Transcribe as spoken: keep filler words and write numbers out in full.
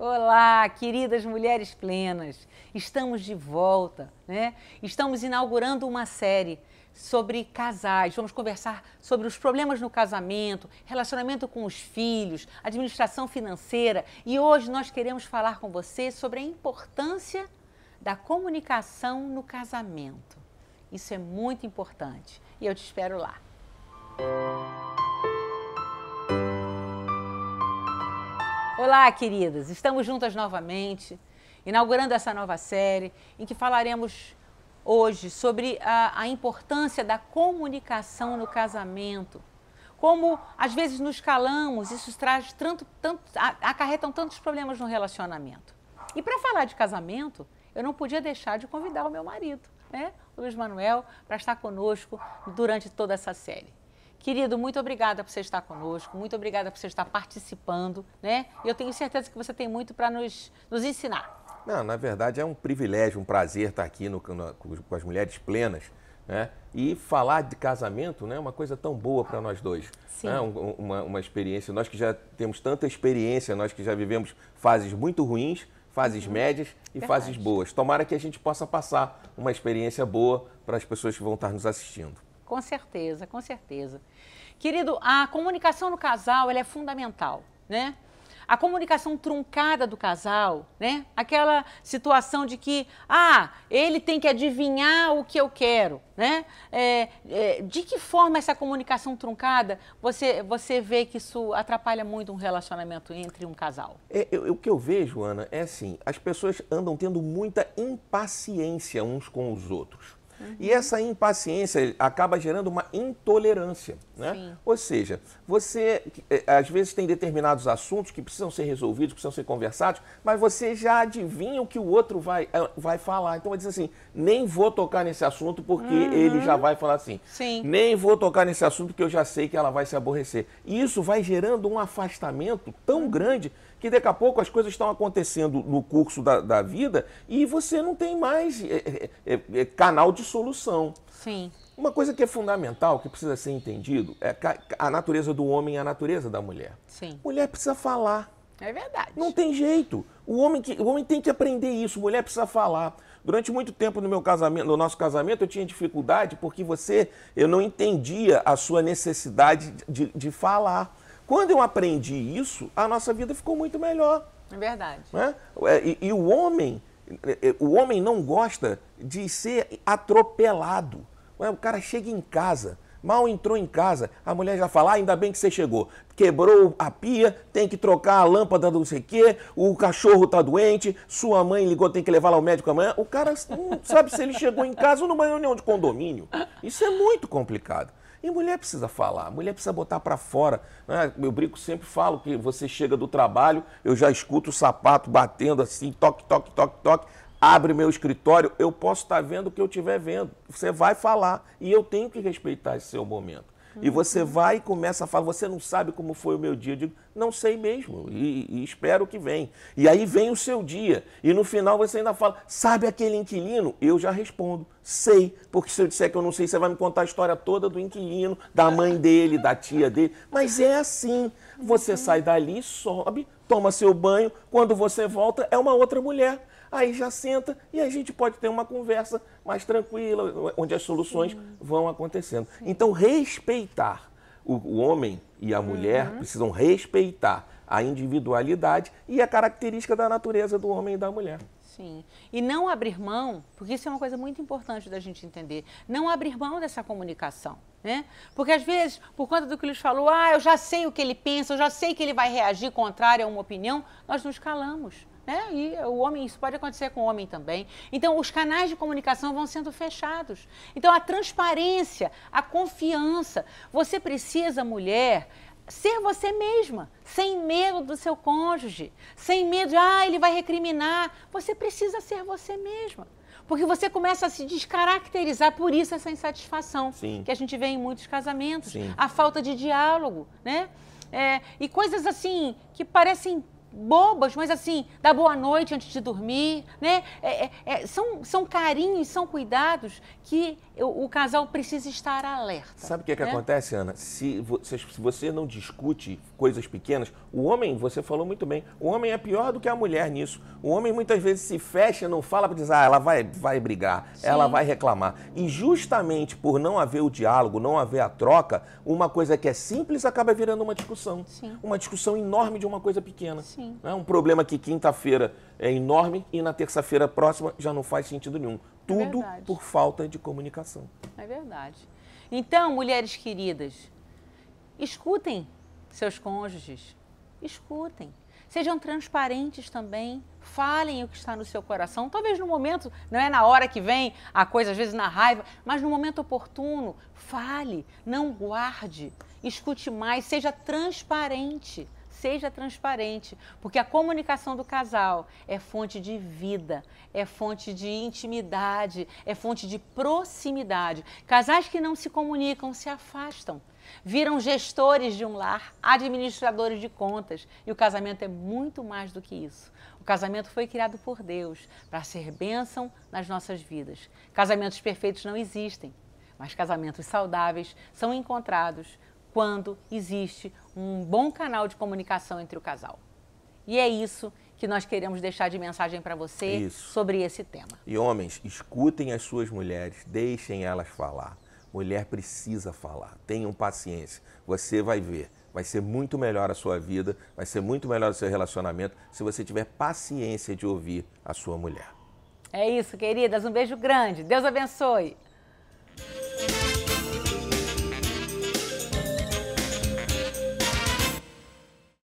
Olá, queridas mulheres plenas. Estamos de volta, né? Estamos inaugurando uma série sobre casais. Vamos conversar sobre os problemas no casamento, relacionamento com os filhos, administração financeira. E hoje nós queremos falar com você sobre a importância da comunicação no casamento. Isso é muito importante e eu te espero lá. Olá, queridas! Estamos juntas novamente, inaugurando essa nova série em que falaremos hoje sobre a, a importância da comunicação no casamento. Como, às vezes, nos calamos, isso traz tanto, tanto, acarretam tantos problemas no relacionamento. E para falar de casamento, eu não podia deixar de convidar o meu marido, né, o Luiz Manuel, para estar conosco durante toda essa série. Querido, muito obrigada por você estar conosco, muito obrigada por você estar participando, né? E eu tenho certeza que você tem muito para nos, nos ensinar. Não, na verdade é um privilégio, um prazer estar aqui no, no, com as mulheres plenas, né? E falar de casamento, né, é uma coisa tão boa para nós dois. Sim. Né? Um, uma, uma experiência, nós que já temos tanta experiência, nós que já vivemos fases muito ruins, fases uhum. médias e Verdade. fases boas. Tomara que a gente possa passar uma experiência boa para as pessoas que vão estar nos assistindo. Com certeza, com certeza. Querido, a comunicação no casal ela é fundamental, né? A comunicação truncada do casal, né? Aquela situação de que, ah, ele tem que adivinhar o que eu quero, né? É, é, de que forma essa comunicação truncada, você, você vê que isso atrapalha muito um relacionamento entre um casal? É, eu, o que eu vejo, Ana, é assim, as pessoas andam tendo muita impaciência uns com os outros. Uhum. E essa impaciência acaba gerando uma intolerância, né? Sim. Ou seja, você às vezes tem determinados assuntos que precisam ser resolvidos, precisam ser conversados, mas você já adivinha o que o outro vai, vai falar. Então, diz assim, nem vou tocar nesse assunto porque uhum. ele já vai falar assim. Sim. Nem vou tocar nesse assunto porque eu já sei que ela vai se aborrecer. E isso vai gerando um afastamento tão uhum. grande que daqui a pouco as coisas estão acontecendo no curso da, da vida e você não tem mais é, é, é, canal de solução. Sim. Uma coisa que é fundamental, que precisa ser entendido, é a natureza do homem e a natureza da mulher. Sim. Mulher precisa falar. É verdade. Não tem jeito. O homem, que, o homem tem que aprender isso, mulher precisa falar. Durante muito tempo no meu casamento, no nosso casamento, eu tinha dificuldade porque você, eu não entendia a sua necessidade de, de falar. Quando eu aprendi isso, a nossa vida ficou muito melhor. É verdade. Né? E, e o homem, o homem não gosta de ser atropelado. O cara chega em casa, mal entrou em casa, a mulher já fala, ah, ainda bem que você chegou. Quebrou a pia, tem que trocar a lâmpada do não sei o quê, o cachorro tá doente, sua mãe ligou, tem que levar lá ao médico amanhã. O cara não sabe se ele chegou em casa ou numa reunião de condomínio. Isso é muito complicado. E mulher precisa falar, mulher precisa botar para fora. Né? Eu brinco, sempre falo que você chega do trabalho, eu já escuto o sapato batendo assim, toque, toque, toque, toque, abre meu escritório, eu posso estar vendo o que eu estiver vendo. Você vai falar e eu tenho que respeitar esse seu momento. E você vai e começa a falar, você não sabe como foi o meu dia. Eu digo, não sei mesmo, e, e espero que venha. E aí vem o seu dia, e no final você ainda fala, sabe aquele inquilino? Eu já respondo, sei, porque se eu disser que eu não sei, você vai me contar a história toda do inquilino, da mãe dele, da tia dele. Mas é assim, você sai dali, sobe, toma seu banho, quando você volta é uma outra mulher. Aí já senta e a gente pode ter uma conversa mais tranquila, onde as soluções Sim. vão acontecendo. Sim. Então, respeitar. O, o homem e a mulher uhum. precisam respeitar a individualidade e a característica da natureza do homem e da mulher. Sim. E não abrir mão, porque isso é uma coisa muito importante da gente entender, não abrir mão dessa comunicação, né? Porque às vezes, por conta do que o Luiz falou, ah, eu já sei o que ele pensa, eu já sei que ele vai reagir contrário a uma opinião, nós nos calamos. É, e o homem, isso pode acontecer com o homem também. Então, os canais de comunicação vão sendo fechados. Então, a transparência, a confiança. Você precisa, mulher, ser você mesma, sem medo do seu cônjuge, sem medo de, ah, ele vai recriminar. Você precisa ser você mesma. Porque você começa a se descaracterizar, por isso essa insatisfação Sim. que a gente vê em muitos casamentos. Sim. A falta de diálogo, né? É, e coisas assim que parecem bobas, mas assim, dar boa noite antes de dormir, né? É, é, é, são, são carinhos, são cuidados que o, o casal precisa estar alerta. Sabe o que, é que né? acontece, Ana? Se você, se você não discute coisas pequenas, o homem, você falou muito bem, o homem é pior do que a mulher nisso. O homem muitas vezes se fecha, não fala para dizer, ah, ela vai, vai brigar, Sim. ela vai reclamar. E justamente por não haver o diálogo, não haver a troca, uma coisa que é simples acaba virando uma discussão. Sim. Uma discussão enorme de uma coisa pequena. Sim. É um problema que quinta-feira é enorme e na terça-feira próxima já não faz sentido nenhum. Tudo é por falta de comunicação. É verdade. Então, mulheres queridas, escutem seus cônjuges, escutem. Sejam transparentes também, falem o que está no seu coração. Talvez no momento, não é na hora que vem a coisa, às vezes na raiva, mas no momento oportuno, fale, não guarde, escute mais, seja transparente. Seja transparente, porque a comunicação do casal é fonte de vida, é fonte de intimidade, é fonte de proximidade. Casais que não se comunicam se afastam, viram gestores de um lar, administradores de contas, e o casamento é muito mais do que isso. O casamento foi criado por Deus para ser bênção nas nossas vidas. Casamentos perfeitos não existem, mas casamentos saudáveis são encontrados quando existe um bom canal de comunicação entre o casal. E é isso que nós queremos deixar de mensagem para você isso. sobre esse tema. E homens, escutem as suas mulheres, deixem elas falar. Mulher precisa falar, tenham paciência. Você vai ver, vai ser muito melhor a sua vida, vai ser muito melhor o seu relacionamento se você tiver paciência de ouvir a sua mulher. É isso, queridas. Um beijo grande. Deus abençoe.